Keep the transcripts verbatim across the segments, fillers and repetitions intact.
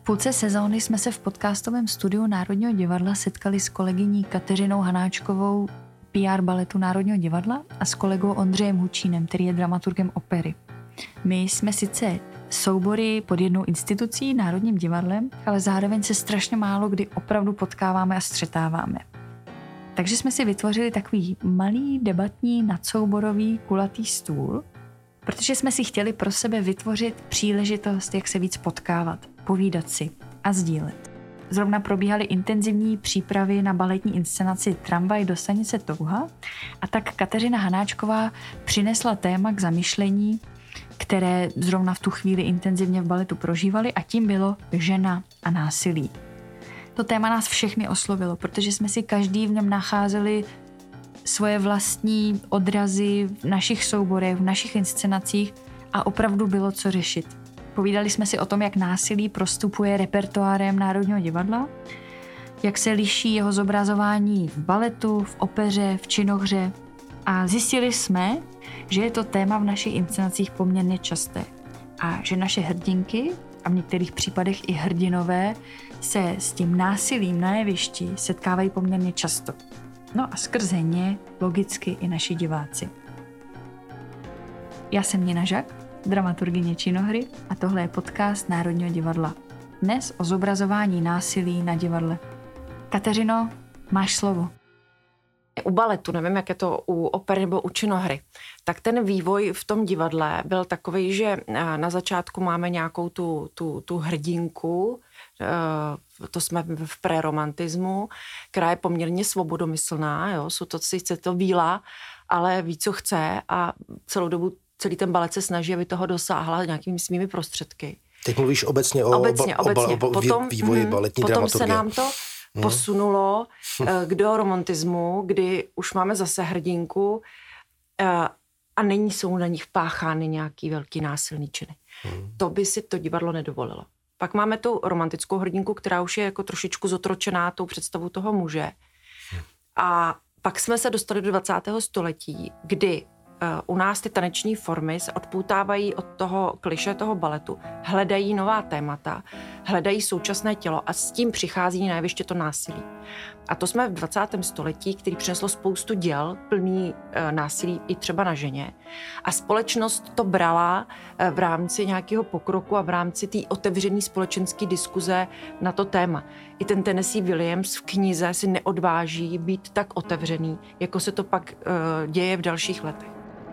půlce sezóny jsme se v podcastovém studiu Národního divadla setkali s kolegyní Kateřinou Hanáčkovou, P R baletu Národního divadla, a s kolegou Ondřejem Hučínem, který je dramaturgem opery. My jsme sice soubory pod jednou institucí, Národním divadlem, ale zároveň se strašně málo kdy opravdu potkáváme a střetáváme. Takže jsme si vytvořili takový malý debatní nadsouborový kulatý stůl, protože jsme si chtěli pro sebe vytvořit příležitost, jak se víc potkávat, povídat si a sdílet. Zrovna probíhaly intenzivní přípravy na baletní inscenaci Tramvaj do stanice Touha, a tak Kateřina Hanáčková přinesla téma k zamyšlení, které zrovna v tu chvíli intenzivně v baletu prožívali, a tím bylo žena a násilí. To téma nás všechny oslovilo, protože jsme si každý v něm nacházeli svoje vlastní odrazy v našich souborech, v našich inscenacích, a opravdu bylo co řešit. Povídali jsme si o tom, jak násilí prostupuje repertoárem Národního divadla, jak se liší jeho zobrazování v baletu, v opeře, v činohře, a zjistili jsme, že je to téma v našich inscenacích poměrně časté a že naše hrdinky a v některých případech i hrdinové se s tím násilím na jevišti setkávají poměrně často. No a skrze ně logicky i naši diváci. Já jsem Nina Žak, dramaturgyně činohry, a tohle je podcast Národního divadla. Dnes o zobrazování násilí na divadle. Kateřino, máš slovo. U baletu, nevím, jak je to u opery nebo u činohry, tak ten vývoj v tom divadle byl takový, že na začátku máme nějakou tu, tu, tu hrdinku, to jsme v preromantismu, která je poměrně svobodomyslná, jo, jsou to sice to víla, ale ví, co chce, a celou dobu celý ten balet se snaží, aby toho dosáhla nějakými svými prostředky. Teď mluvíš obecně o, obecně, o, obecně. o, o potom, vývoji baletní potom dramaturgie. Se nám to posunulo k do romantismu, kdy už máme zase hrdinku a není jsou na nich páchány nějaký velký násilný činy. Hmm. To by si to divadlo nedovolilo. Pak máme tu romantickou hrdinku, která už je jako trošičku zotročená tou představou toho muže. Hmm. A pak jsme se dostali do dvacátého století, kdy u nás ty taneční formy se odpoutávají od toho kliše toho baletu, hledají nová témata, hledají současné tělo a s tím přichází na jeviště to násilí. A to jsme v dvacátém století, který přineslo spoustu děl plný e, násilí i třeba na ženě. A společnost to brala e, v rámci nějakého pokroku a v rámci té otevřené společenské diskuze na to téma. I ten Tennessee Williams v knize si neodváží být tak otevřený, jako se to pak e, děje v dalších letech.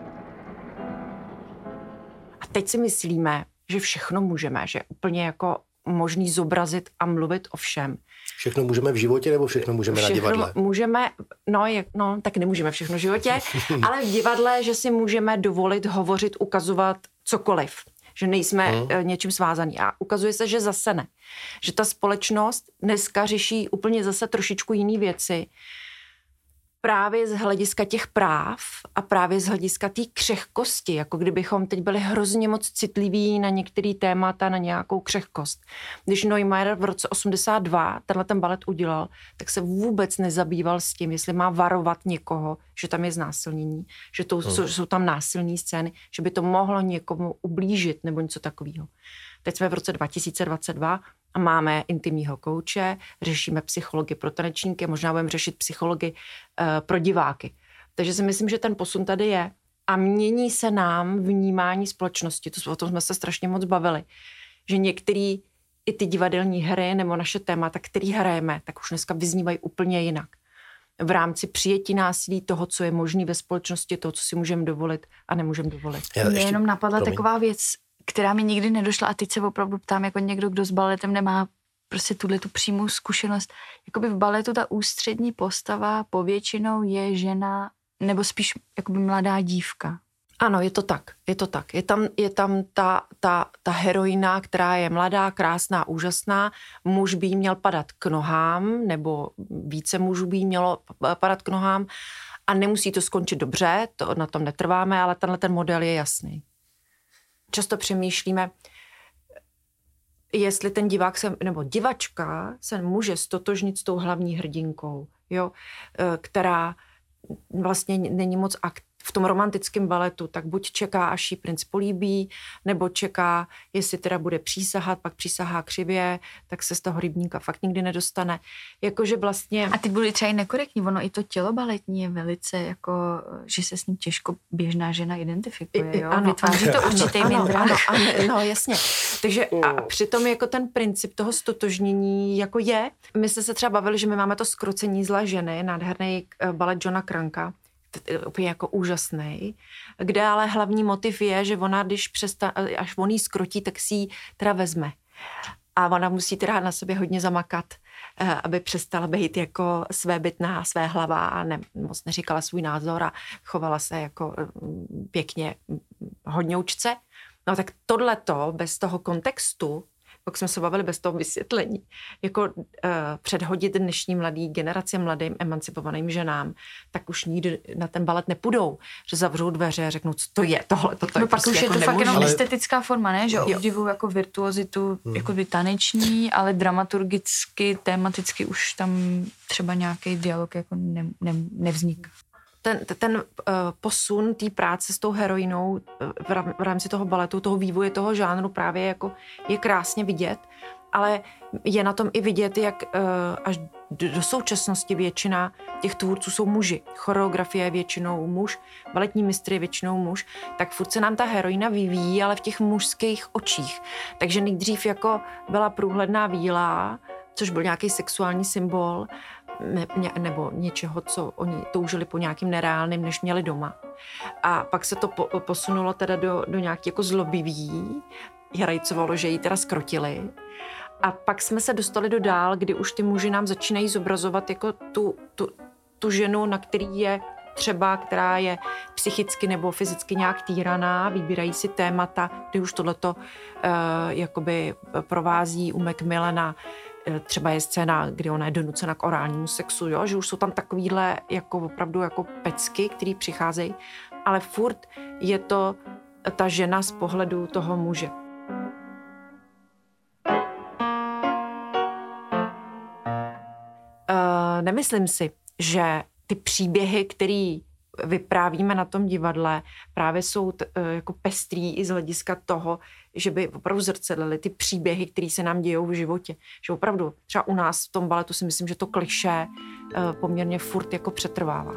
A teď si myslíme, že všechno můžeme, že úplně jako možný zobrazit a mluvit o všem. Všechno můžeme v životě, nebo všechno můžeme všechno na divadle? Můžeme, no, je, no, tak nemůžeme všechno v životě, ale v divadle, že si můžeme dovolit hovořit, ukazovat cokoliv. Že nejsme hmm. něčím svázaný. A ukazuje se, že zase ne. Že ta společnost dneska řeší úplně zase trošičku jiný věci. Právě z hlediska těch práv a právě z hlediska té křehkosti, jako kdybychom teď byli hrozně moc citliví na některé témata, na nějakou křehkost. Když Neumeier v roce osmdesát dva tenhle ten balet udělal, tak se vůbec nezabýval s tím, jestli má varovat někoho, že tam je znásilnění, že to, hmm. jsou tam násilné scény, že by to mohlo někomu ublížit nebo něco takového. Teď jsme v roce dva tisíce dvacet dva a máme intimního kouče, řešíme psychologii pro tanečníky, možná budeme řešit psychologii uh, pro diváky. Takže si myslím, že ten posun tady je a mění se nám vnímání společnosti. To, o tom jsme se strašně moc bavili. Že některé i ty divadelní hry nebo naše témata, které hrajeme, tak už dneska vyznívají úplně jinak. V rámci přijetí násilí toho, co je možné ve společnosti, toho, co si můžeme dovolit a nemůžeme dovolit. Mě jenom napadla promiň. Taková věc, která mi nikdy nedošla, a teď se opravdu ptám jako někdo, kdo s baletem nemá prostě tuhle tu přímou zkušenost. Jakoby v baletu ta ústřední postava povětšinou je žena, nebo spíš jakoby mladá dívka. Ano, je to tak, je to tak. Je tam, je tam ta, ta, ta heroina, která je mladá, krásná, úžasná. Muž by jí měl padat k nohám, nebo více mužů by jí mělo padat k nohám a nemusí to skončit dobře, to na tom netrváme, ale tenhle ten model je jasný. Často přemýšlíme, jestli ten divák se, nebo divačka se může stotožnit s tou hlavní hrdinkou, jo, která vlastně není moc akt, v tom romantickém baletu, tak buď čeká, až jí princ políbí, nebo čeká, jestli teda bude přísahat, pak přísahá křivě, tak se z toho rybníka fakt nikdy nedostane. Jakože vlastně... A ty byly třeba i nekorektní, ono i to tělo baletní je velice jako, že se s ním těžko běžná žena identifikuje, jo? Ano, vytváří ano, to určitý ano, mindrák. ano, ano, no jasně. Takže a přitom jako ten princip toho stotožnění jako je, my jsme se třeba bavili, že my máme to Zkrocení zlé ženy, nádherný balet Johna Cranka, úplně jako úžasný, kde ale hlavní motiv je, že ona, když přestane, až on jí skrotí, tak si ji teda vezme. A ona musí teda na sobě hodně zamakat, aby přestala být jako svébytná, své hlava a ne, moc neříkala svůj názor a chovala se jako pěkně hodňoučce. No tak tohleto bez toho kontextu, jak jsme se bavili bez toho vysvětlení, jako uh, předhodit dnešní mladý generaci, mladým emancipovaným ženám, tak už nikdy na ten balet nepůjdou, že zavřou dveře a řeknou, co to je tohle, to, to no je pak prostě už jako je to nemůže. fakt jenom ale... estetická forma, ne? Že obdivuju jako virtuozitu, hmm. jako by taneční, ale dramaturgicky, tematicky už tam třeba nějaký dialog jako ne, ne, nevzniká. Ten, ten uh, posun té práce s tou heroinou uh, v rámci toho baletu, toho vývoje toho žánru právě jako je krásně vidět, ale je na tom i vidět, jak uh, až do, do současnosti většina těch tvůrců jsou muži. Choreografie je většinou muž, baletní mistr je většinou muž, tak furt se nám ta heroina vyvíjí, ale v těch mužských očích. Takže nejdřív jako byla průhledná víla, což byl nějaký sexuální symbol, nebo něčeho, co oni toužili po nějakým nereálným, než měli doma. A pak se to po, posunulo teda do, do nějaký jako zlobivý, hrajcovalo, že ji teda skrotili. A pak jsme se dostali do dál, kdy už ty muži nám začínají zobrazovat jako tu, tu, tu ženu, na který je třeba, která je psychicky nebo fyzicky nějak týraná, vybírají si témata, kdy už tohleto uh, jakoby provází u Macmillana. Třeba je scéna, kdy ona je donucena k orálnímu sexu, jo? Že už jsou tam takovýhle jako opravdu jako pecky, který přicházejí, ale furt je to ta žena z pohledu toho muže. Uh, nemyslím si, že ty příběhy, které vyprávíme na tom divadle, právě jsou t, jako pestrý i z hlediska toho, že by opravdu zrcadlily ty příběhy, které se nám dějou v životě. Že opravdu třeba u nás v tom baletu si myslím, že to klišé poměrně furt jako přetrvává.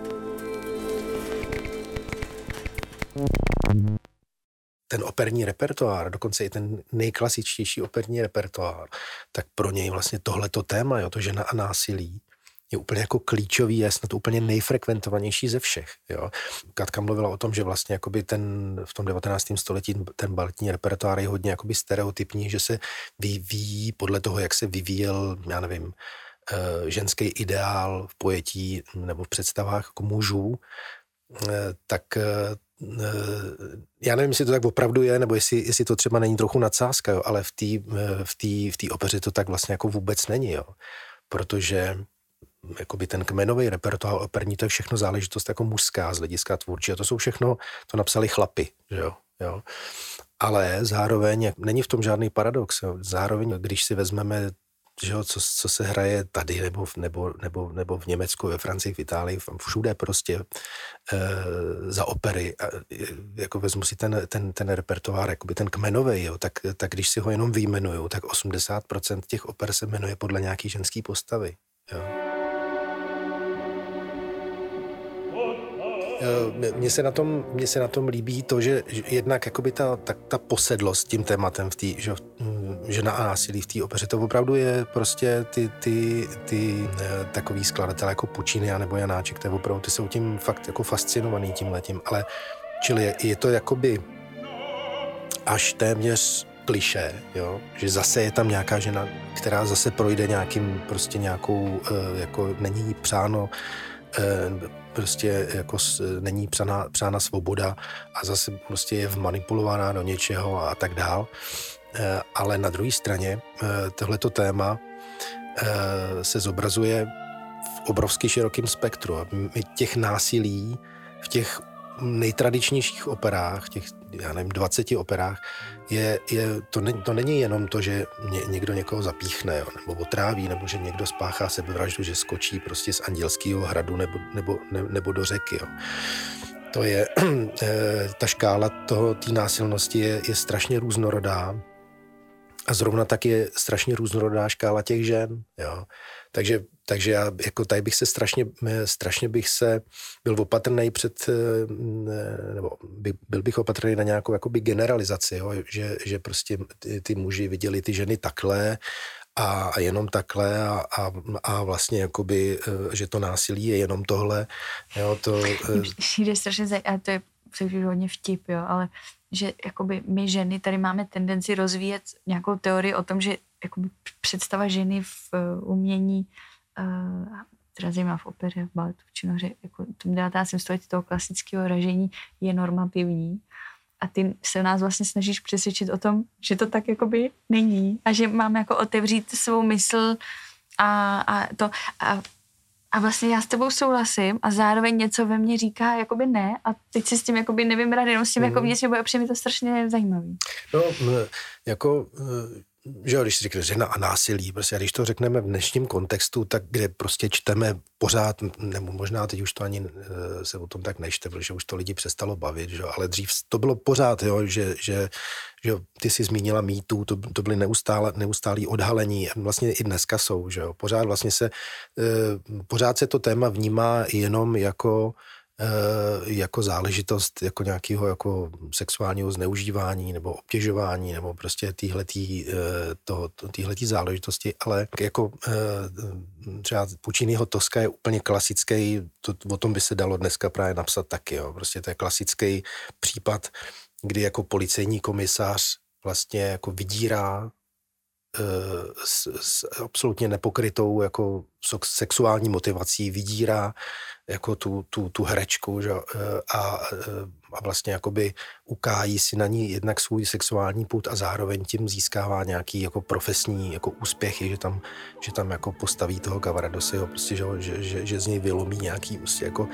Ten operní repertoár, dokonce i ten nejklasičtější operní repertoár, tak pro něj vlastně tohleto téma, jo, to žena a násilí, je úplně jako klíčový, je snad úplně nejfrekventovanější ze všech. Jo. Katka mluvila o tom, že vlastně jakoby ten, v tom devatenáctém století ten baletní repertoár je hodně jakoby stereotypní, že se vyvíjí podle toho, jak se vyvíjel, já nevím, ženský ideál v pojetí nebo v představách jako mužů, tak já nevím, jestli to tak opravdu je, nebo jestli, jestli to třeba není trochu nadsázka, jo, ale v té v té, v té opeře to tak vlastně jako vůbec není, jo. Protože jakoby ten kmenový repertoár operní, to je všechno záležitost jako mužská z hlediska tvůrčí. A to jsou všechno, to napsali chlapi, že jo, jo. Ale zároveň, není v tom žádný paradox, jo. Zároveň, když si vezmeme, že jo, co, co se hraje tady, nebo, nebo, nebo, nebo v Německu, ve Francii, v Itálii, všude prostě e, za opery, a, jako vezmu si ten, ten, ten repertoár, jakoby ten kmenovej, jo, tak, tak když si ho jenom vyjmenuju, tak osmdesát procent těch oper se jmenuje podle nějaký ženský postavy, jo. Mně se na tom, mně se na tom líbí to, že jednak jakoby ta, ta, ta posedlost tím tématem v té, že žena a násilí v té opeře, to opravdu je prostě ty, ty, ty takový skladatelé jako Puccini nebo Janáček, to je opravdu, ty jsou tím fakt jako fascinovaný tímhletím, ale čili je, je to jakoby až téměř klišé, jo, že zase je tam nějaká žena, která zase projde nějakým prostě nějakou, jako není jí přáno, prostě jako není přána, přána svoboda a zase prostě je vmanipulovaná do něčeho a tak dál. Ale na druhé straně tohleto téma se zobrazuje v obrovsky širokém spektru. Těch násilí v těch nejtradičnějších operách, těch, já nevím, dvaceti operách, je, je, to, ne, to není jenom to, že ně, někdo někoho zapíchne, jo, nebo otráví, nebo že někdo spáchá sebevraždu, že skočí prostě z Andělského hradu nebo, nebo, ne, nebo do řeky. Jo. To je, ta škála toho, té násilnosti je, je strašně různorodá. A zrovna tak je strašně různorodá škála těch žen, jo. Takže, takže já jako tady bych se strašně, strašně bych se byl opatrný před, nebo by, byl bych opatrný na nějakou jakoby generalizaci, jo, že, že prostě ty, ty muži viděli ty ženy takhle a, a jenom takhle a, a, a vlastně jakoby, že to násilí je jenom tohle, jo, to... Jde strašně zaj... a to je přijde hodně vtip, jo, ale že jakoby my ženy tady máme tendenci rozvíjet nějakou teorii o tom, že jakoby představa ženy v uh, umění, uh, teda zejména v opeře, v baletu, v činohře, jako v tom devatenáctém století toho klasického ražení je normativní. A ty se nás vlastně snažíš přesvědčit o tom, že to tak jakoby není a že máme jako otevřít svou mysl a, a to a A vlastně já s tebou souhlasím a zároveň něco ve mně říká jakoby ne a teď si s tím jakoby nevím rady, jenom s tím mm. jako vnitřně boje, protože mi to strašně zajímavý. No, jako, že jo, když si řekne žena a násilí, prostě, a když to řekneme v dnešním kontextu, tak kde prostě čteme pořád, nebo možná teď už to ani se o tom tak nečte, protože už to lidi přestalo bavit, že jo, ale dřív to bylo pořád, jo, že, že, že jo, ty jsi zmínila mýtu, to, to byly neustále, neustálý odhalení, vlastně i dneska jsou, že jo, pořád vlastně se, pořád se to téma vnímá jenom jako jako záležitost jako nějakého jako sexuálního zneužívání nebo obtěžování nebo prostě týhletý, to, týhletý záležitosti, ale jako třeba Pucciniho Tosca je úplně klasický, to, o tom by se dalo dneska právě napsat taky, jo. Prostě to je klasický případ, kdy jako policejní komisař vlastně jako vydírá s, s absolutně nepokrytou jako sexuální motivací, vydírá jako tu, tu, tu herečku, že? A, a vlastně jakoby ukájí si na ní jednak svůj sexuální pud a zároveň tím získává nějaký jako profesní jako úspěchy, že tam, že tam jako postaví toho Cavaradosiho, prostě, že, že, že, že z něj vylomí nějaký prostě jako,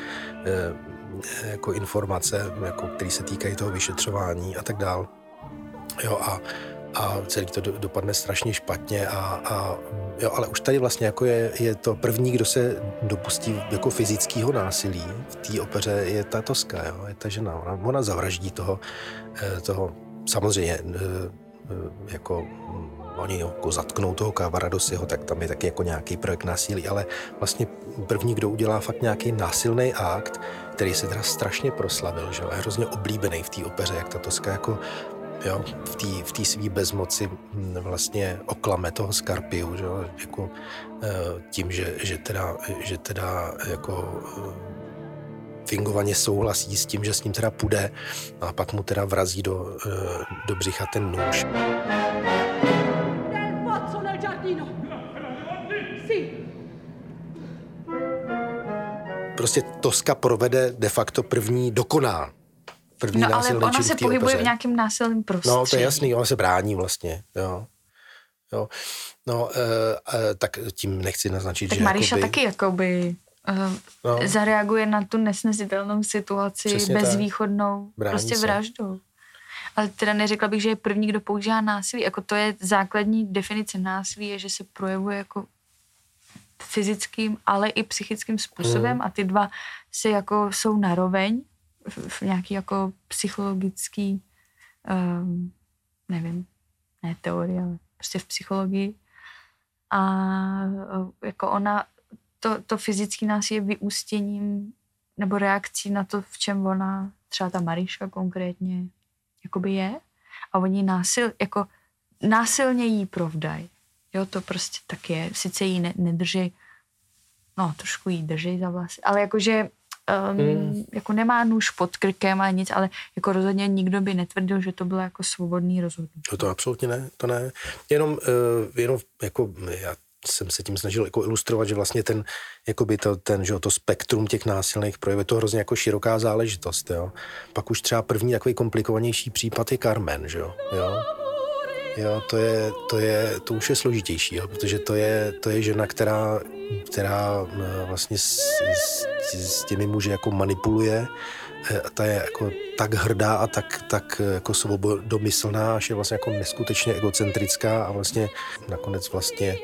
jako informace, jako, které se týkají toho vyšetřování a tak dál. Jo, a a celý to do, dopadne strašně špatně a, a jo, ale už tady vlastně jako je, je to první, kdo se dopustí jako fyzického násilí v té opeře je ta Tosca, jo, je ta žena, ona, ona zavraždí toho, toho samozřejmě jako oni jako zatknou toho Cavaradosiho, tak tam je taky jako nějaký projekt násilí, ale vlastně první, kdo udělá fakt nějaký násilný akt, který se teda strašně proslavil, že je hrozně oblíbený v té opeře, jak ta Tosca jako jo, v té v té svý bezmoci vlastně oklame toho Scarpiu, že jo, jako tím, že, že teda, že teda jako fingovaně souhlasí s tím, že s ním teda půjde a pak mu teda vrazí do, do břicha ten nůž. Prostě Tosca provede de facto první dokoná. První no ale ona se pohybuje opeře. V nějakém násilném prostředí. No to je jasný, ona se brání vlastně, jo. jo. No, e, e, tak tím nechci naznačit, tak že Maríša jakoby... taky jakoby uh, no. zareaguje na tu nesnesitelnou situaci, přesně bezvýchodnou, brání prostě se. Vraždou. Ale teda neřekla bych, že je první, kdo používá násilí. Jako to je základní definice násilí, je, že se projevuje jako fyzickým, ale i psychickým způsobem mm. a ty dva se jako jsou naroveň v nějaký jako psychologický, um, nevím, ne teorie, ale prostě v psychologii. A jako ona, to, to fyzický násilí je vyústěním nebo reakcí na to, v čem ona, třeba ta Maríša konkrétně, jakoby je. A oni násil, jako násilně jí provdají. Jo, to prostě tak je. Sice jí ne, nedrží, no trošku jí drží za vlasy, ale jakože Um, mm. jako nemá nůž pod krkem a nic, ale jako rozhodně nikdo by netvrdil, že to bylo jako svobodný rozhodnutí. No to absolutně ne, to ne. Jenom, uh, jenom jako já jsem se tím snažil jako ilustrovat, že vlastně ten, jakoby to, ten, že to spektrum těch násilných projevů je to hrozně jako široká záležitost, jo. Pak už třeba první takový komplikovanější případ je Carmen, že jo, jo. Jo, to je, to je, to už je složitější, jo, protože to je, to je žena, která, která vlastně s, s, s těmi muži jako manipuluje. Ta je jako tak hrdá a tak, tak jako svobodomyslná, až je vlastně jako neskutečně egocentrická a vlastně nakonec vlastně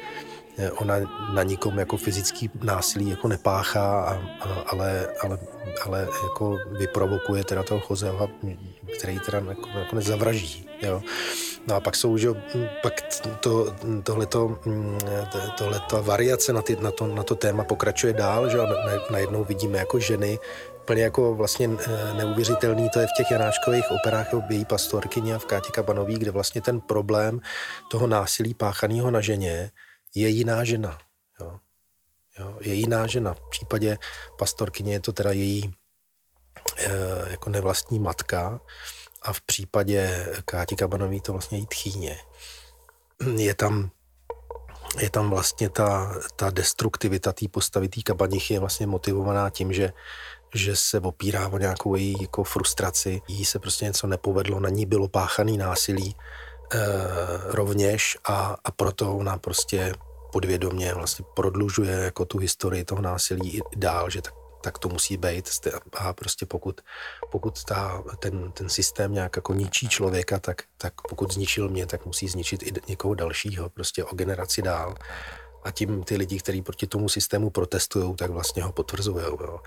ona na nikom jako fyzický násilí jako nepáchá, a, a, ale, ale, ale jako vyprovokuje teda toho Joseho, který teda jako, jako nezavraždí, jo. No a pak jsou, že pak to, tohleto, tohleto variace na, ty, na, to, na to téma pokračuje dál, že najednou vidíme jako ženy, úplně jako vlastně neuvěřitelný, to je v těch Janáčkových operách v Její pastorkyni a v Kátě Kabanové, kde vlastně ten problém toho násilí páchaného na ženě je jiná žena. Jo. Jo, je jiná žena. V případě pastorkyně je to teda její e, jako nevlastní matka a v případě Káti Kabanové to vlastně její tchýně. Je tam, je tam vlastně ta, ta destruktivita té postavy té kabanichy je vlastně motivovaná tím, že že se opírá o nějakou její jako frustraci, jí se prostě něco nepovedlo, na ní bylo páchaný násilí e, rovněž a, a proto ona prostě podvědomě vlastně prodlužuje jako tu historii toho násilí i dál, že tak, tak to musí být a prostě pokud, pokud ta, ten, ten systém nějak jako ničí člověka, tak, tak pokud zničil mě, tak musí zničit i někoho dalšího, prostě o generaci dál. A tím ty lidi, kteří proti tomu systému protestují, tak vlastně ho potvrzujou. Jo.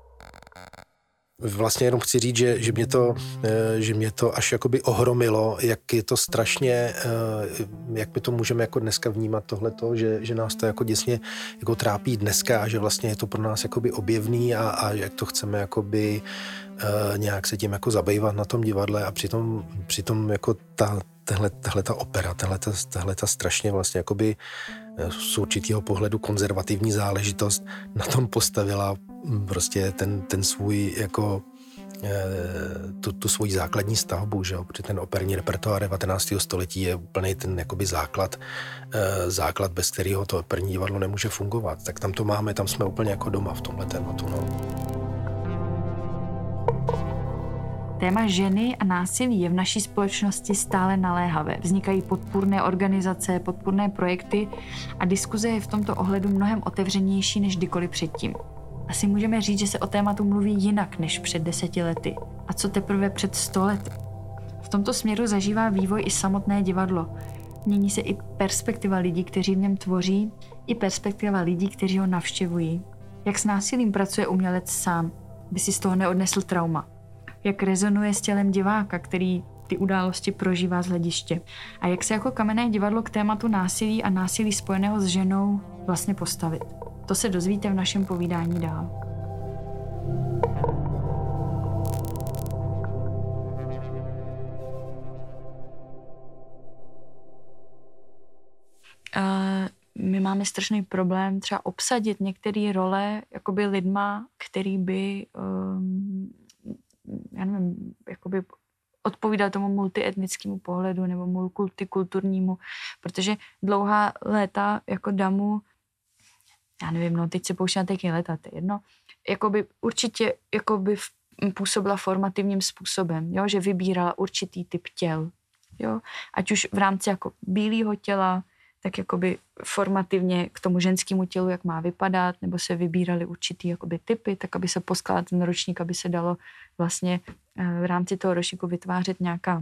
Vlastně jenom chci říct, že, že, mě to, že mě to až jakoby ohromilo, jak je to strašně, jak my to můžeme jako dneska vnímat tohleto, že, že nás to jako děsně jako trápí dneska a že vlastně je to pro nás jakoby objevný a, a jak to chceme jakoby nějak se tím jako zabývat na tom divadle a přitom, přitom jako ta, tahle, tahle ta opera, tahle, tahle ta strašně vlastně jakoby z určitého pohledu konzervativní záležitost na tom postavila prostě ten, ten svůj jako tu, tu svoji základní stavbu, že jo, protože ten operní repertoár devatenáctého století je úplně ten jakoby základ, základ, bez kterého to operní divadlo nemůže fungovat. Tak tam to máme, tam jsme úplně jako doma v tomhle tématu, no. Téma ženy a násilí je v naší společnosti stále naléhavé. Vznikají podpůrné organizace, podpůrné projekty a diskuze je v tomto ohledu mnohem otevřenější než kdykoliv předtím. Asi můžeme říct, že se o tématu mluví jinak než před deseti lety. A co teprve před sto lety? V tomto směru zažívá vývoj i samotné divadlo. Mění se i perspektiva lidí, kteří v něm tvoří, i perspektiva lidí, kteří ho navštěvují. Jak s násilím pracuje umělec sám, by si z toho neodnesl trauma. Jak rezonuje s tělem diváka, který ty události prožívá z hlediště. A jak se jako Kamenné divadlo k tématu násilí a násilí spojeného s ženou vlastně postavit. To se dozvíte v našem povídání dál. Uh, my máme strašný problém třeba obsadit některé role jakoby lidma, který by um, já nevím, jakoby odpovídal tomu multietnickému pohledu nebo multikulturnímu, protože dlouhá léta jako damu, já nevím, no teď se pouští na taky léta, to je jedno, jakoby určitě jakoby působila formativním způsobem, jo, že vybírala určitý typ těl, jo, ať už v rámci jako bílého těla, tak jakoby formativně k tomu ženskému tělu, jak má vypadat, nebo se vybíraly určitý jakoby typy, tak aby se poskládal ten ročník, aby se dalo vlastně v rámci toho ročníku vytvářet nějaká,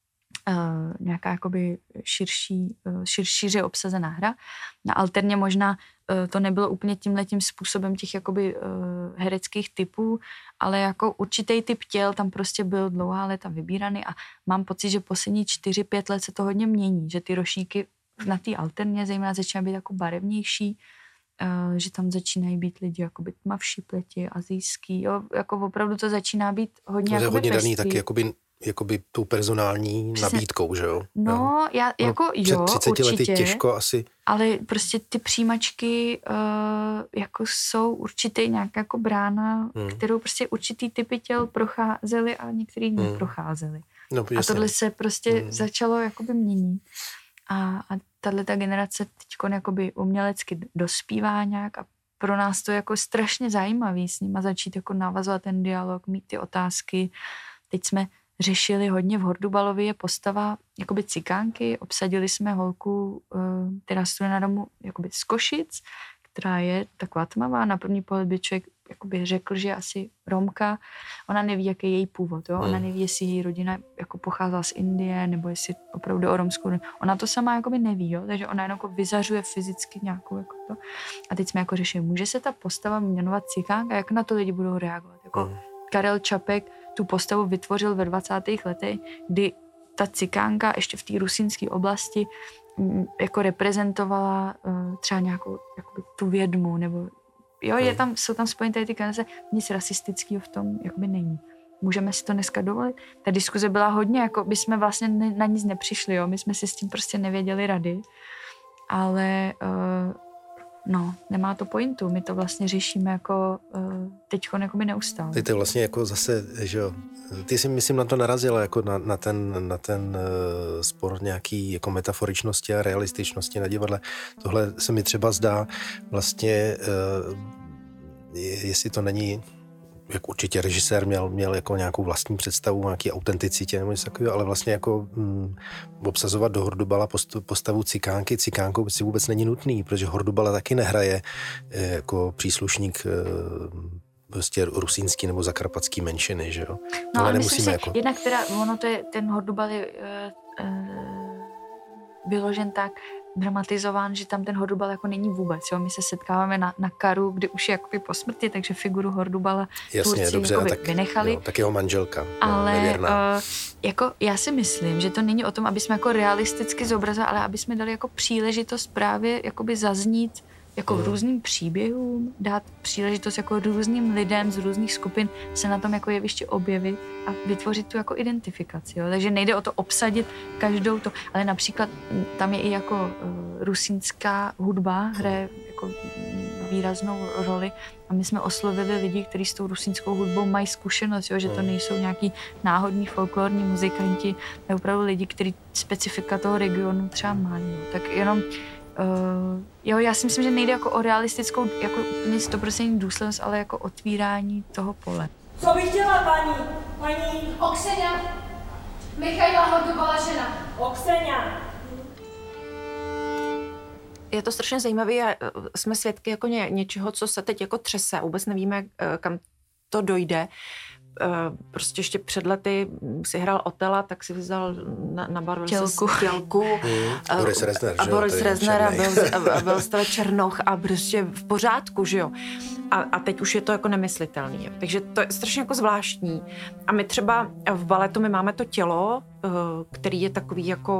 uh, nějaká jakoby širší, uh, širšíře obsazená hra. Na alterně možná uh, to nebylo úplně tímhletím způsobem těch jakoby uh, hereckých typů, ale jako určitý typ těl tam prostě byl dlouhá léta vybíraný a mám pocit, že poslední čtyři, pět let se to hodně mění, že ty ročníky na té alterně zejména začíná být jako barevnější, uh, že tam začínají být lidi jakoby tmavší pleti, asijský, jo, jako opravdu to začíná být hodně no, jakoby hodně daný pestrý. taky jakoby, jakoby tou personální Přesně. nabídkou, že jo? No, jo. já jako no, jo, před třiceti určitě, lety těžko asi. Ale prostě ty přijímačky uh, jako jsou určitý nějaká jako brána, hmm. kterou prostě určitý typy těl procházely a některý hmm. neprocházely. No, a tohle se prostě hmm. začalo jakoby měnit. A, a tato generace teď jakoby umělecky dospívá nějak a pro nás to je jako strašně zajímavý s nima začít jako navazovat ten dialog, mít ty otázky. Teď jsme řešili hodně v Hordubalově je postava jakoby cikánky, obsadili jsme holku, která studuje na domu jakoby z Košic, která je taková tmavá, na první pohled by člověk jakoby řekl, že je asi Romka, ona neví, jaký je její původ, jo? Ona neví, jestli její rodina jako pocházela z Indie, nebo jestli opravdu o romskou. Ona to sama jakoby neví, jo? Takže ona jenom jako vyzařuje fyzicky nějakou jako to. A teď jsme jako řešili, může se ta postava jmenovat Cikánka, jak na to lidi budou reagovat. Jako mm. Karel Čapek tu postavu vytvořil ve dvacátých letech, kdy ta Cikánka ještě v té rusínské oblasti jako reprezentovala uh, třeba nějakou jakoby, tu vědmu, nebo jo, je tam, jsou tam spojené ty konce, nic rasistického v tom jakoby není. Můžeme si to dneska dovolit? Ta diskuze byla hodně, jako by jsme vlastně ne, na nic nepřišli, jo, my jsme si s tím prostě nevěděli rady, ale uh, no, nemá to pointu, my to vlastně řešíme jako uh, teďko jakoby neustále. Ty to vlastně jako zase, že jo, ty si myslím na to narazila jako na, na ten, na ten uh, spor nějaký jako metaforičnosti a realističnosti na divadle. Tohle se mi třeba zdá vlastně, uh, jestli to není, jak určitě režisér měl, měl jako nějakou vlastní představu, nějaký autenticitě nebo něco takového, ale vlastně jako mm, obsazovat do Hordubala postavu Cikánky, Cikánkou si vůbec není nutný, protože Hordubala taky nehraje jako příslušník prostě rusínský nebo zakarpatský menšiny, že jo? No ale myslím si, jako... jednak teda, ono to je, ten Hordubal je uh, uh, vyložen tak, dramatizován, že tam ten Hordubal jako není vůbec, jo? My se setkáváme na, na Karu, kdy už je jakoby po smrti, takže figuru Hordubala Turci dobře, jakoby tak, vynechali. Jo, tak jeho manželka, ale no, uh, jako já si myslím, že to není o tom, aby jsme jako realisticky zobrazili, ale aby jsme dali jako příležitost právě jakoby zaznít jako mm. různým příběhům, dát příležitost jako různým lidem z různých skupin se na tom jako jeviště objevit a vytvořit tu jako identifikaci. Jo? Takže nejde o to obsadit každou to, ale například tam je i jako uh, rusínská hudba, hraje jako výraznou roli a my jsme oslovili lidi, kteří s tou rusínskou hudbou mají zkušenost, jo? Že to nejsou nějaký náhodní folklorní muzikanti, ale opravdu lidi, kteří specifika toho regionu třeba mají. Jo? Tak jenom Uh, jo, já si myslím, že nejde jako o realistickou, jako úplně sto procent důslednost, ale jako otvírání toho pole. Co bych chtěla, paní? Paní? Okseňa. Michaila Hordubala žena. Okseňa. Je to strašně zajímavé a jsme svědky jako ně, něčeho, co se teď jako třese. Vůbec nevíme, kam to dojde. Prostě ještě před lety si hrál Otela, tak si vzal, na, nabarvil tělku. se tělku. Mm, Boris Rezner, a Boris Rezner a byl, a byl z toho Černoch a prostě v pořádku, že jo. A, a teď už je to jako nemyslitelný. Takže to je strašně jako zvláštní. A my třeba v baletu my máme to tělo, který je takový jako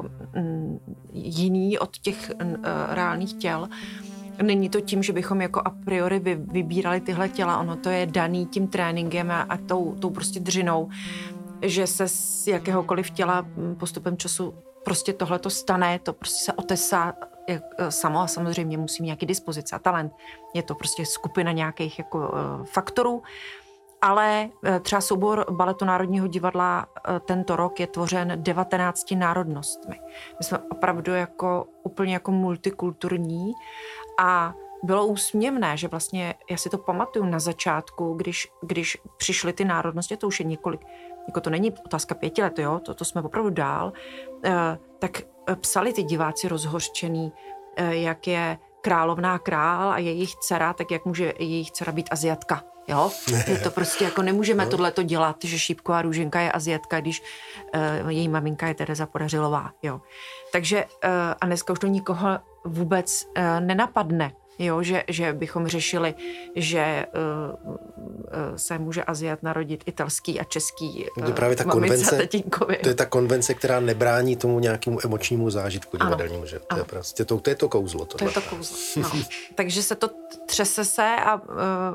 jiný od těch reálných těl. Není to tím, že bychom jako a priori vy, vybírali tyhle těla, ono to je daný tím tréninkem a, a tou, tou prostě dřinou, že se z jakéhokoliv těla postupem času prostě tohle to stane, to prostě se otesá jak, samo a samozřejmě musí mít nějaký dispozice a talent. Je to prostě skupina nějakých jako uh, faktorů, ale uh, třeba soubor Baletu Národního divadla uh, tento rok je tvořen devatenácti národnostmi. My jsme opravdu jako úplně jako multikulturní. A bylo úsměvné, že vlastně, já si to pamatuju na začátku, když, když přišly ty národnosti, to už je několik, jako to není otázka pěti let, jo, to, to jsme opravdu dál, eh, tak psali ty diváci rozhořčený, eh, jak je královná král a jejich dcera, tak jak může jejich dcera být Aziatka, jo. Je to prostě jako nemůžeme no. tohleto dělat, že Šípková Růženka je Aziatka, když eh, její maminka je Tereza Podařilová, jo. Takže eh, a dneska už to nikoho vůbec uh, nenapadne, jo, že, že bychom řešili, že uh, uh, se může Aziat narodit italský a český uh, to je právě ta konvence, to je ta konvence, která nebrání tomu nějakému emočnímu zážitku divadelnímu, že to je prostě to, to je to kouzlo. To je to kouzlo, no. Takže se to třese se a uh,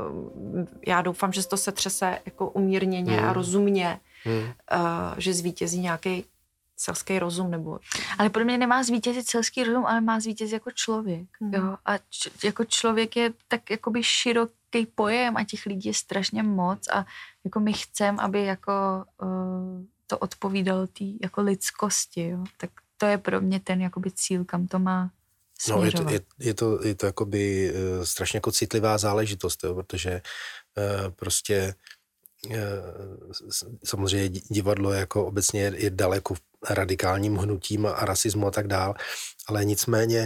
já doufám, že to se třese jako umírněně hmm. a rozumně, hmm. uh, že zvítězí nějaký selský rozum, nebo... Ale podle mě nemá zvítězit selský rozum, ale má zvítězit jako člověk, mm. jo. A č- jako člověk je tak jakoby široký pojem a těch lidí je strašně moc a jako my chceme, aby jako uh, to odpovídalo té jako lidskosti, jo. Tak to je pro mě ten jakoby cíl, kam to má směřovat. No, je to, je, je to, je to jakoby uh, strašně jako citlivá záležitost, jo, protože uh, prostě uh, samozřejmě divadlo jako obecně je, je daleko radikálním hnutím a rasismu a tak dál, ale nicméně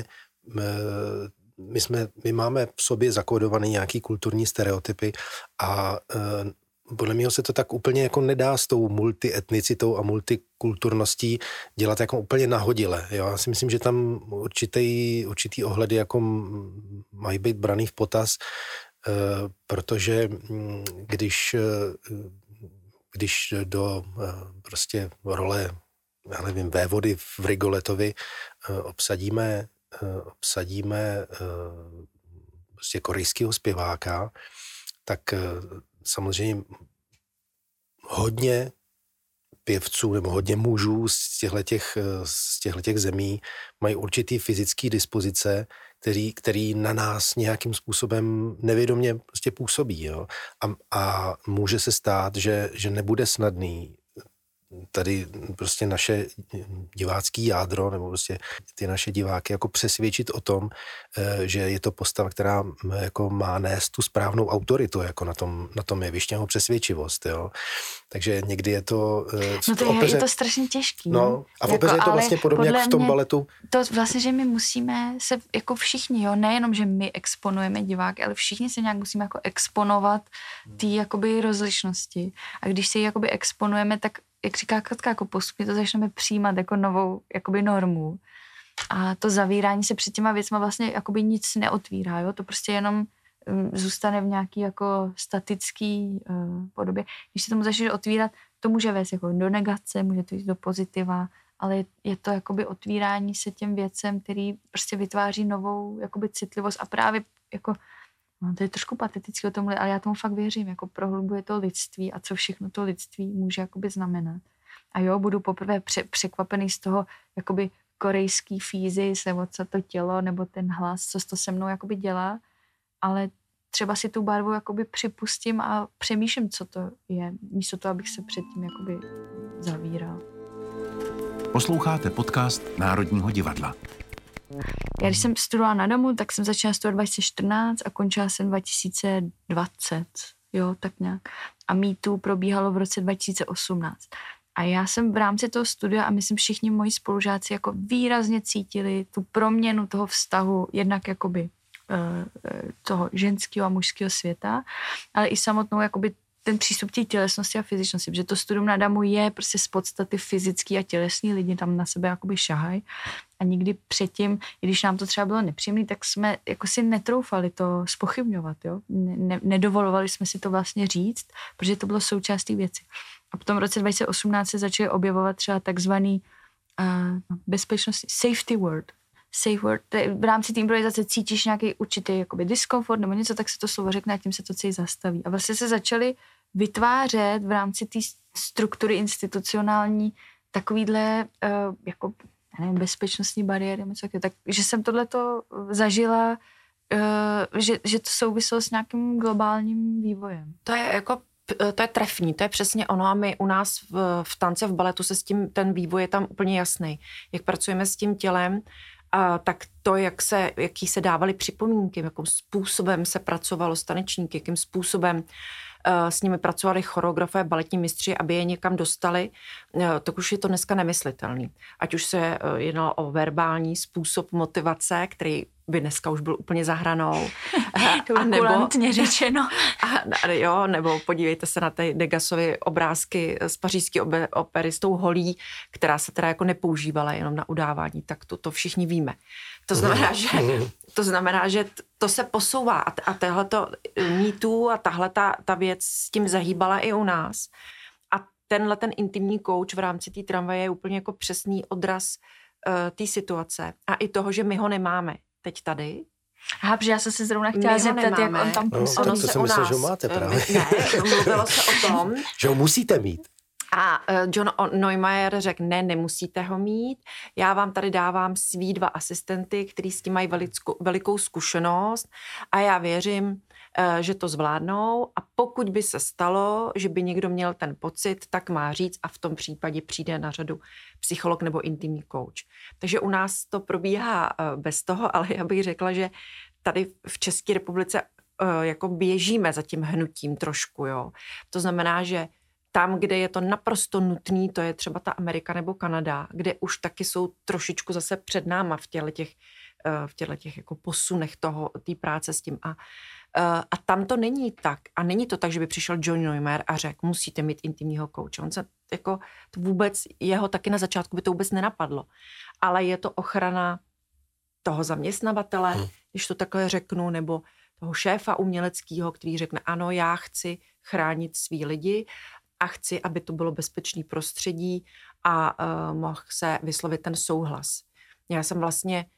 my, jsme, my máme v sobě zakódované nějaký kulturní stereotypy a podle mě se to tak úplně jako nedá s tou multietnicitou a multikulturností dělat jako úplně nahodile. Jo? Já si myslím, že tam určitý, určitý ohledy jako mají být braný v potaz, protože když, když do prostě role, já nevím, vévody v Rigoletovi obsadíme, obsadíme prostě korejského zpěváka, tak samozřejmě hodně pěvců nebo hodně mužů z těchhletěch, z těchhletěch zemí mají určitý fyzický dispozice, který, který na nás nějakým způsobem nevědomě prostě působí. Jo? A, a může se stát, že, že nebude snadný tady prostě naše divácký jádro nebo prostě ty naše diváky jako přesvědčit o tom, že je to postava, která jako má nést tu správnou autoritu jako na tom, na tom jevišti, jeho přesvědčivost, jo. Takže někdy je to... No to je, opeře, je to strašně těžký. No, a v jako, opeře je to vlastně podobně jak v tom baletu. To vlastně, že my musíme se jako všichni, jo, nejenom, že my exponujeme diváky, ale všichni se nějak musíme jako exponovat ty jakoby rozlišnosti. A když se jakoby exponujeme, tak jak říká Katka, jako postupně to začneme přijímat jako novou jakoby normu. A to zavírání se před těma věcma vlastně jakoby nic neotvírá, jo? To prostě jenom um, zůstane v nějaký jako statický uh, podobě. Když se tomu začne otvírat, to může vést jako do negace, může to jít do pozitiva, ale je, je to jakoby otvírání se těm věcem, který prostě vytváří novou jakoby citlivost a právě jako no, to je trošku patetické o tom, ale já tomu fakt věřím, jako prohlubuje to lidství a co všechno to lidství může jakoby znamenat. A jo, budu poprvé pře- překvapený z toho jakoby korejský fízis, nebo co to tělo, nebo ten hlas, co to se mnou jakoby dělá, ale třeba si tu barvu jakoby připustím a přemýšlím, co to je, místo toho, abych se předtím jakoby zavíral. Posloucháte podcast Národního divadla. Já když jsem studovala na domu, tak jsem začala studovat dva tisíce čtrnáct a končila jsem dva tisíce dvacet, jo, tak nějak. A MeToo probíhalo v roce dva tisíce osmnáct. A já jsem v rámci toho studia a myslím všichni moji spolužáci jako výrazně cítili tu proměnu toho vztahu, jednak jakoby toho ženského a mužského světa, ale i samotnou jakoby ten přístup té tělesnosti a fyzičnosti, protože to studium na damu je prostě z podstaty fyzický a tělesný, lidi tam na sebe jakoby šahají a nikdy předtím, i když nám to třeba bylo nepříjemné, tak jsme jako si netroufali to zpochybňovat, jo? Ne, nedovolovali jsme si to vlastně říct, protože to bylo součástí věci. A potom v roce dva tisíce osmnáct se začaly objevovat třeba takzvaný uh, bezpečnostní safety word. Safe word, v rámci té improvizace cítíš nějaký určitý jakoby diskomfort nebo něco, tak se to slovo řekne a tím se to celý zastaví. A vlastně se začaly vytvářet v rámci té struktury institucionální takovýhle uh, jako, nevím, bezpečnostní bariéry, něco taky. Takže jsem tohleto zažila, uh, že, že to souviselo s nějakým globálním vývojem. To je jako to je trefní, to je přesně ono a my u nás v, v tance, v baletu se s tím, ten vývoj je tam úplně jasný. Jak pracujeme s tím tělem, a tak to, jak se, jaký se dávaly připomínky, jakým způsobem se pracovalo s tanečníky, jakým způsobem uh, s nimi pracovali choreografové, baletní mistři, aby je někam dostali, uh, tak už je to dneska nemyslitelný. Ať už se uh, jednalo o verbální způsob motivace, který by dneska už byl úplně za hranou. To bylo kulantně řečeno. A, jo, nebo podívejte se na ty Degasovy obrázky z pařížské opery s tou holí, která se teda jako nepoužívala jenom na udávání, tak to, to všichni víme. To znamená, že to, znamená, že to se posouvá a, a tohleto MeToo a tahle ta, ta věc s tím zahýbala i u nás. A tenhle ten intimní kouč v rámci té tramvaje je úplně jako přesný odraz uh, té situace a i toho, že my ho nemáme teď tady. Aha, protože já jsem se zrovna chtěla zeptat, jak on tam působí. No, to jsem myslel, že ho máte právě. Ne, mluvilo se o tom. Že ho musíte mít. A John Neumeier řekl, ne, nemusíte ho mít. Já vám tady dávám svý dva asistenty, kteří s tím mají velickou, velikou zkušenost a já věřím, že to zvládnou a pokud by se stalo, že by někdo měl ten pocit, tak má říct a v tom případě přijde na řadu psycholog nebo intimní coach. Takže u nás to probíhá bez toho, ale já bych řekla, že tady v České republice jako běžíme za tím hnutím trošku, jo. To znamená, že tam, kde je to naprosto nutný, to je třeba ta Amerika nebo Kanada, kde už taky jsou trošičku zase před náma v těchto těch, v těchto těch jako posunech toho, té práce s tím. A a tam to není tak. A není to tak, že by přišel John Neumer a řekl, musíte mít intimního kouče. On se jako to vůbec, jeho taky na začátku by to vůbec nenapadlo. Ale je to ochrana toho zaměstnavatele, hmm. když to takhle řeknu, nebo toho šéfa uměleckého, který řekne, ano, já chci chránit svý lidi a chci, aby to bylo bezpečné prostředí a uh, mohl se vyslovit ten souhlas. Já jsem vlastně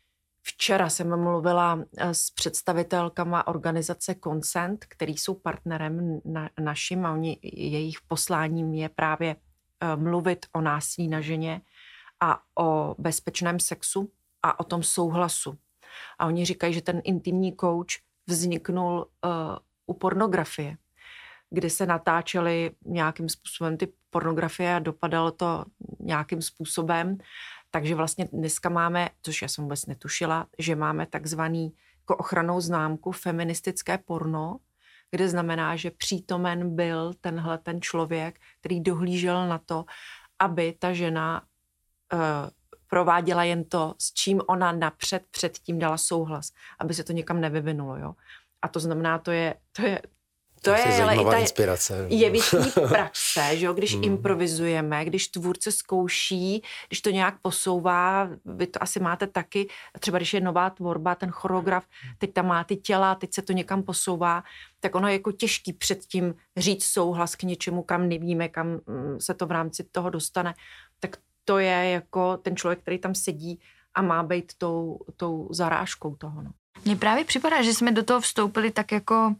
včera jsem mluvila s představitelkama organizace Consent, který jsou partnerem na, našim a oni, jejich posláním je právě uh, mluvit o násilí na ženě a o bezpečném sexu a o tom souhlasu. A oni říkají, že ten intimní coach vzniknul uh, u pornografie, kdy se natáčely nějakým způsobem ty pornografie a dopadalo to nějakým způsobem. Takže vlastně dneska máme, což já jsem vůbec netušila, že máme takzvaný jako ochrannou známku feministické porno, kde znamená, že přítomen byl tenhle ten člověk, který dohlížel na to, aby ta žena uh, prováděla jen to, s čím ona napřed předtím dala souhlas, aby se to někam nevyvinulo, jo. A to znamená, to je, to je, to je, je ale i ta inspirace. Jevitní praxe, že jo, když hmm. improvizujeme, když tvůrce zkouší, když to nějak posouvá, vy to asi máte taky, třeba když je nová tvorba, ten choreograf, teď tam má ty těla, teď se to někam posouvá, tak ono je jako těžký předtím říct souhlas k něčemu, kam nevíme, kam se to v rámci toho dostane, tak to je jako ten člověk, který tam sedí a má být tou, tou zarážkou toho, no. Mně právě připadá, že jsme do toho vstoupili tak jako,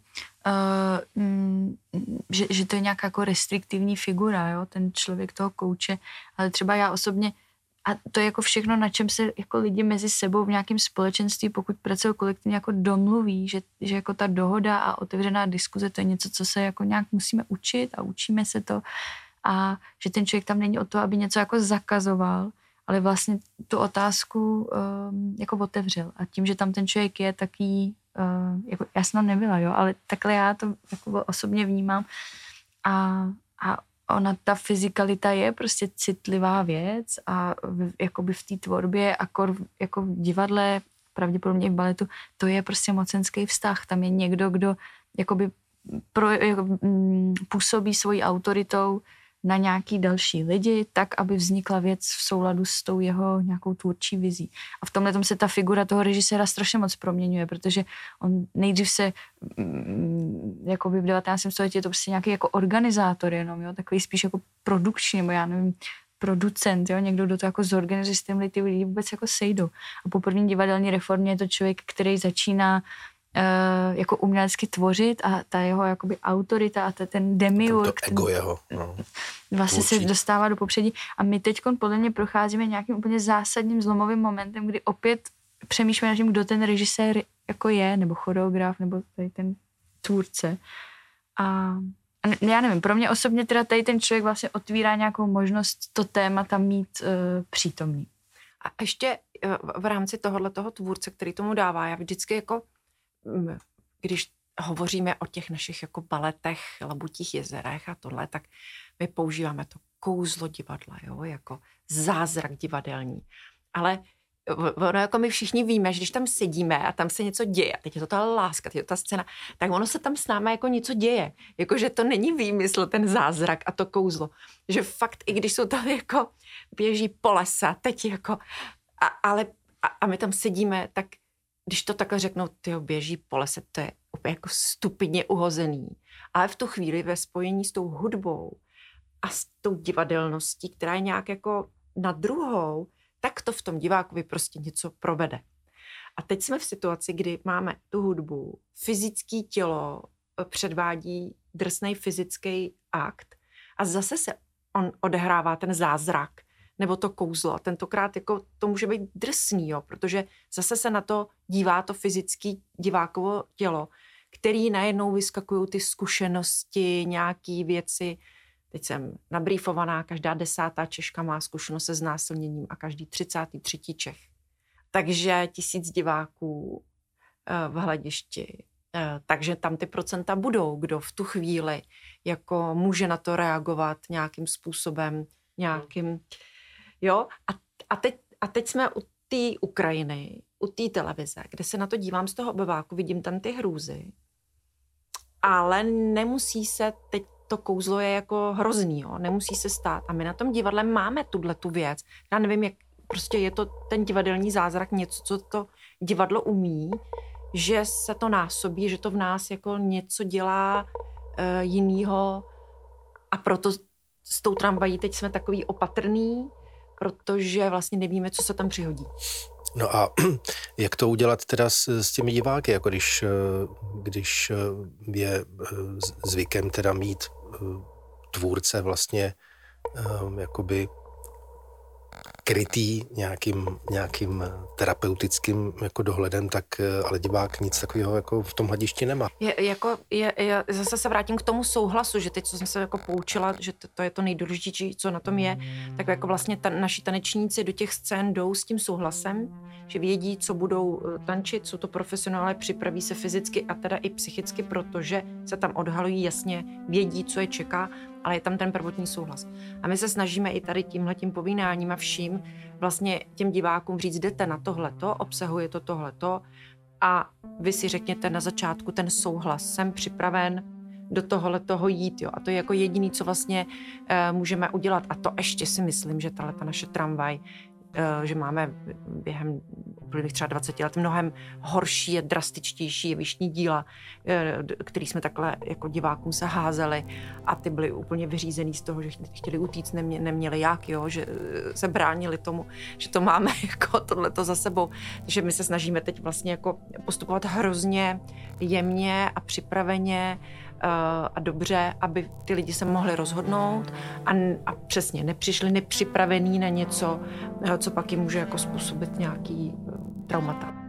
uh, mm, že, že to je nějaká jako restriktivní figura, jo, ten člověk toho kouče, ale třeba já osobně, a to je jako všechno, na čem se jako lidi mezi sebou v nějakém společenství, pokud pracují kolektivně, jako domluví, že, že jako ta dohoda a otevřená diskuze, to je něco, co se jako nějak musíme učit a učíme se to a že ten člověk tam není o to, aby něco jako zakazoval, ale vlastně tu otázku um, jako otevřel. A tím, že tam ten člověk je, tak jí, uh, jako já jsem nebyla, jo, ale takhle já to jako osobně vnímám. A, a ona, ta fyzikalita je prostě citlivá věc a v, jakoby v té tvorbě, akor jako v divadle, pravděpodobně i v baletu, to je prostě mocenský vztah. Tam je někdo, kdo jakoby pro, jako, m, působí svojí autoritou na nějaký další lidi, tak, aby vznikla věc v souladu s tou jeho nějakou tvůrčí vizí. A v tomhle tom se ta figura toho režiséra strašně moc proměňuje, protože on nejdřív se mm, jakoby v devatenáctém století je to prostě nějaký jako organizátor jenom, jo, takový spíš jako produkční, nebo já nevím, producent, jo, někdo, kdo to jako zorganizuje, s těmi ty lidi vůbec jako sejdou. A po první divadelní reformě je to člověk, který začíná Uh, jako umělecky tvořit a ta jeho jakoby autorita a ta, ten demiurg, to ego jeho, no, vlastně tvůrčí. Se dostává do popředí a my teďkon podle mě procházíme nějakým úplně zásadním zlomovým momentem, kdy opět přemýšlíme nad tím, kdo ten režisér jako je, nebo choreograf, nebo tady ten tvůrce. A, a já nevím, pro mě osobně teda tady ten člověk vlastně otvírá nějakou možnost to téma tam mít uh, přítomný. A ještě uh, v rámci tohohle toho tvůrce, který tomu dává, já vždycky jako když hovoříme o těch našich jako baletech, Labutích jezerech a tohle, tak my používáme to kouzlo divadla, jo, jako zázrak divadelní. Ale ono, jako my všichni víme, že když tam sedíme a tam se něco děje, a teď je to ta láska, teď je to ta scéna, tak ono se tam s námi jako něco děje. Jako, že to není výmysl, ten zázrak a to kouzlo. Že fakt, i když jsou tam jako běží po lesa, teď jako, a, ale, a, a my tam sedíme, tak když to takhle řeknou, tyjo, běží po lese, to je úplně jako stupidně uhozený. Ale v tu chvíli ve spojení s tou hudbou a s tou divadelností, která je nějak jako na druhou, tak to v tom divákovi prostě něco provede. A teď jsme v situaci, kdy máme tu hudbu, fyzické tělo předvádí drsnej fyzický akt a zase se on odehrává ten zázrak nebo to kouzlo. Tentokrát jako to může být drsný, jo, protože zase se na to dívá to fyzický divákovo tělo, který najednou vyskakují ty zkušenosti, nějaký věci. Teď jsem nabrýfovaná, každá desátá Češka má zkušenost se znásilněním a každý třicátý třetí Čech. Takže tisíc diváků v Hledišti. Takže tam ty procenta budou, kdo v tu chvíli jako může na to reagovat nějakým způsobem, nějakým... Jo? A, a, teď, a teď jsme u té Ukrajiny, u té televize, kde se na to dívám z toho obyváku, vidím tam ty hrůzy ale nemusí se teď to kouzlo je jako hrozný, jo? Nemusí se stát. A my na tom divadle máme tuhle tu věc. Já nevím, jak prostě je to ten divadelní zázrak, něco, co to divadlo umí, že se to násobí, že to v nás jako něco dělá uh, jinýho a proto s tou tramvají teď jsme takový opatrný, protože vlastně nevíme, co se tam přihodí. No a jak to udělat teda s, s těmi diváky, jako když, když je zvykem teda mít tvůrce vlastně jakoby krytý nějakým, nějakým terapeutickým jako dohledem, tak ale divák nic takového jako v tom hledišti nemá. Je, jako, je, je, zase se vrátím k tomu souhlasu, že teď, co jsem se jako poučila, že to, to je to nejdůležitější, co na tom je, tak jako vlastně ta, naši tanečníci do těch scén jdou s tím souhlasem, že vědí, co budou tančit, jsou to profesionálé, připraví se fyzicky a teda i psychicky, protože se tam odhalují jasně, vědí, co je čeká, ale je tam ten prvotní souhlas. A my se snažíme i tady tímhletím povídáním a vším vlastně těm divákům říct, jdete na tohleto, obsahuje to tohleto a vy si řekněte na začátku ten souhlas, jsem připraven do tohohletoho jít, jo. A to je jako jediný, co vlastně uh, můžeme udělat. A to ještě si myslím, že tahleta naše tramvaj, uh, že máme během uplynulých třeba dvacet let mnohem horší a drastičtější jevištní díla, uh, který jsme takhle jako divákům se házeli a ty byly úplně vyřízený z toho, že chtěli utíct, nemě, neměli jak, jo, že se bránili tomu, že to máme jako tohleto za sebou. Takže my se snažíme teď vlastně jako postupovat hrozně jemně a připraveně a dobře, aby ty lidi se mohli rozhodnout a, a přesně nepřišli nepřipravení na něco, co pak jim může jako způsobit nějaký traumata.